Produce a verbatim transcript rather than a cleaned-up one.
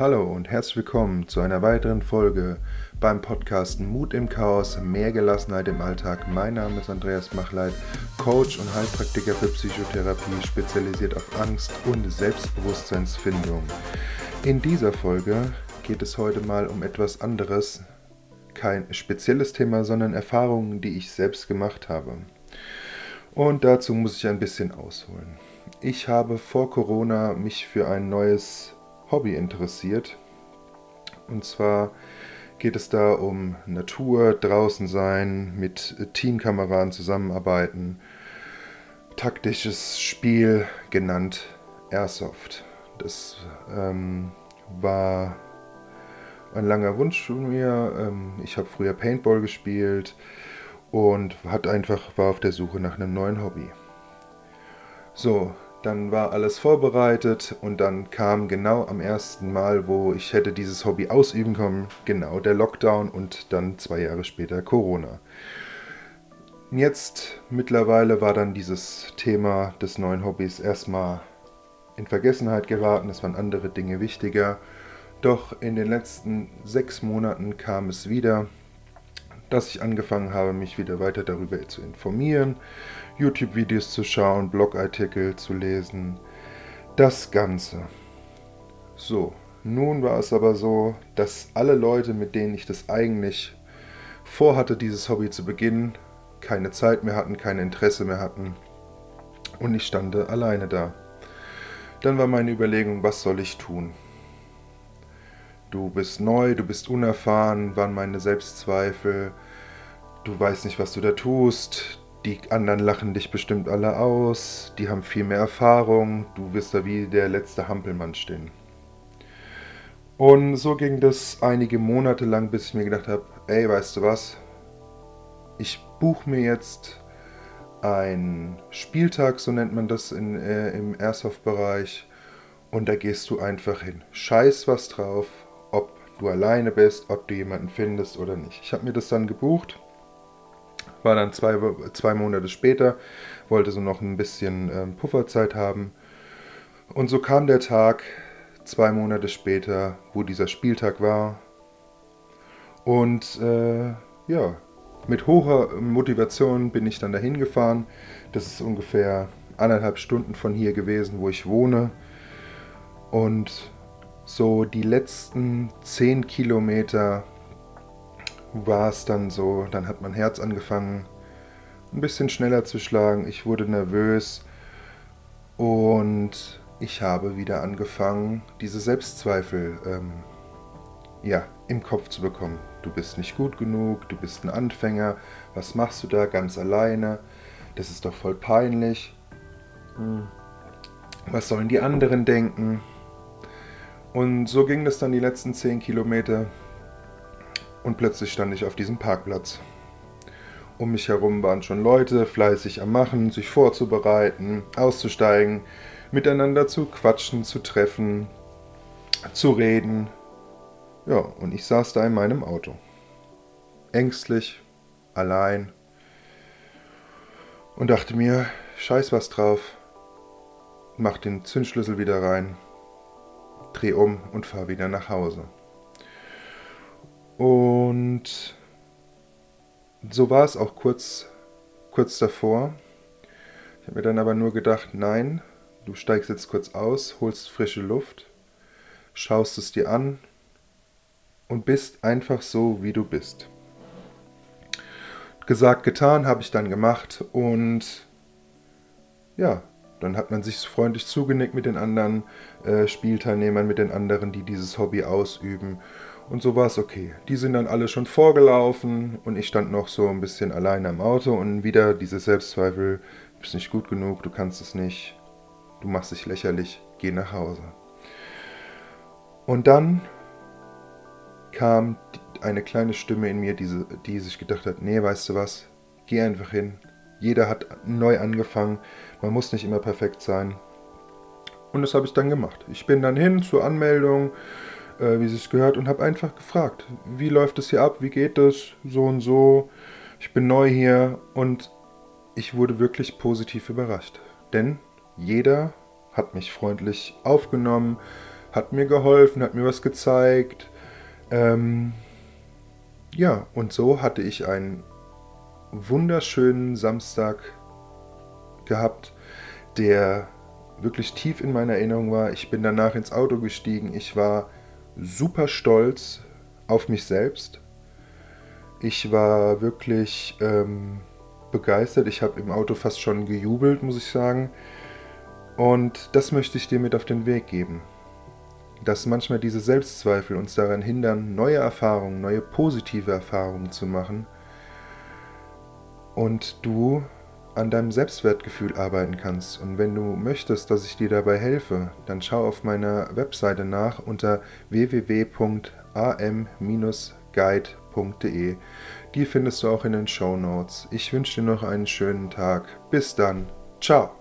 Hallo und herzlich willkommen zu einer weiteren Folge beim Podcast Mut im Chaos, mehr Gelassenheit im Alltag. Mein Name ist Andreas Machleit, Coach und Heilpraktiker für Psychotherapie, spezialisiert auf Angst- und Selbstbewusstseinsfindung. In dieser Folge geht es heute mal um etwas anderes, kein spezielles Thema, sondern Erfahrungen, die ich selbst gemacht habe. Und dazu muss ich ein bisschen ausholen. Ich habe vor Corona mich für ein neues Hobby interessiert. Und zwar geht es da um Natur, draußen sein, mit Teamkameraden zusammenarbeiten, taktisches Spiel, genannt Airsoft. Das ähm, war ein langer Wunsch von mir. Ähm, ich habe früher Paintball gespielt und hat einfach, war auf der Suche nach einem neuen Hobby. So, dann war alles vorbereitet und dann kam genau am ersten Mal, wo ich hätte dieses Hobby ausüben können, genau der Lockdown und dann zwei Jahre später Corona. Jetzt mittlerweile war dann dieses Thema des neuen Hobbys erstmal in Vergessenheit geraten, es waren andere Dinge wichtiger. Doch in den letzten sechs Monaten kam es wieder, dass ich angefangen habe, mich wieder weiter darüber zu informieren, YouTube-Videos zu schauen, Blogartikel zu lesen, das Ganze. So, nun war es aber so, dass alle Leute, mit denen ich das eigentlich vorhatte, dieses Hobby zu beginnen, keine Zeit mehr hatten, kein Interesse mehr hatten und ich stand alleine da. Dann war meine Überlegung, was soll ich tun? Du bist neu, du bist unerfahren, waren meine Selbstzweifel. Du weißt nicht, was du da tust. Die anderen lachen dich bestimmt alle aus. Die haben viel mehr Erfahrung. Du wirst da wie der letzte Hampelmann stehen. Und so ging das einige Monate lang, bis ich mir gedacht habe, ey, weißt du was? Ich buche mir jetzt einen Spieltag, so nennt man das in, äh, im Airsoft-Bereich. Und da gehst du einfach hin. Scheiß was drauf, ob du alleine bist, ob du jemanden findest oder nicht. Ich habe mir das dann gebucht. War dann zwei, zwei Monate später, wollte so noch ein bisschen ähm, Pufferzeit haben. Und so kam der Tag, zwei Monate später, wo dieser Spieltag war. Und äh, ja, mit hoher Motivation bin ich dann dahin gefahren. Das ist ungefähr anderthalb Stunden von hier gewesen, wo ich wohne. Und so die letzten zehn Kilometer war es dann so, dann hat mein Herz angefangen ein bisschen schneller zu schlagen, ich wurde nervös und ich habe wieder angefangen, diese Selbstzweifel ähm, ja, im Kopf zu bekommen. Du bist nicht gut genug, du bist ein Anfänger, was machst du da ganz alleine, das ist doch voll peinlich, was sollen die anderen denken? Und so ging das dann die letzten zehn Kilometer. Und plötzlich stand ich auf diesem Parkplatz. Um mich herum waren schon Leute fleißig am Machen, sich vorzubereiten, auszusteigen, miteinander zu quatschen, zu treffen, zu reden. Ja, und ich saß da in meinem Auto. Ängstlich, allein. Und dachte mir, scheiß was drauf. Mach den Zündschlüssel wieder rein, dreh um und fahr wieder nach Hause. Und so war es auch kurz, kurz davor. Ich habe mir dann aber nur gedacht, nein, du steigst jetzt kurz aus, holst frische Luft, schaust es dir an und bist einfach so, wie du bist. Gesagt, getan, habe ich dann gemacht und ja, dann hat man sich freundlich zugenickt mit den anderen äh, Spielteilnehmern, mit den anderen, die dieses Hobby ausüben. Und so war es okay. Die sind dann alle schon vorgelaufen und ich stand noch so ein bisschen alleine am Auto und wieder diese Selbstzweifel, du bist nicht gut genug, du kannst es nicht, du machst dich lächerlich, geh nach Hause. Und dann kam eine kleine Stimme in mir, die, die sich gedacht hat, nee, weißt du was, geh einfach hin. Jeder hat neu angefangen, man muss nicht immer perfekt sein. Und das habe ich dann gemacht. Ich bin dann hin zur Anmeldung, äh, wie es sich gehört, und habe einfach gefragt, wie läuft es hier ab, wie geht es, so und so. Ich bin neu hier und ich wurde wirklich positiv überrascht. Denn jeder hat mich freundlich aufgenommen, hat mir geholfen, hat mir was gezeigt. Ähm, ja, und so hatte ich einen wunderschönen Samstag gehabt, der wirklich tief in meiner Erinnerung war. Ich bin danach ins Auto gestiegen. Ich war super stolz auf mich selbst. Ich war wirklich ähm, begeistert. Ich habe im Auto fast schon gejubelt, muss ich sagen. Und das möchte ich dir mit auf den Weg geben. Dass manchmal diese Selbstzweifel uns daran hindern, neue Erfahrungen, neue positive Erfahrungen zu machen. Und du an deinem Selbstwertgefühl arbeiten kannst. Und wenn du möchtest, dass ich dir dabei helfe, dann schau auf meiner Webseite nach unter w w w punkt a m guide punkt d e. Die findest du auch in den Shownotes. Ich wünsche dir noch einen schönen Tag. Bis dann. Ciao.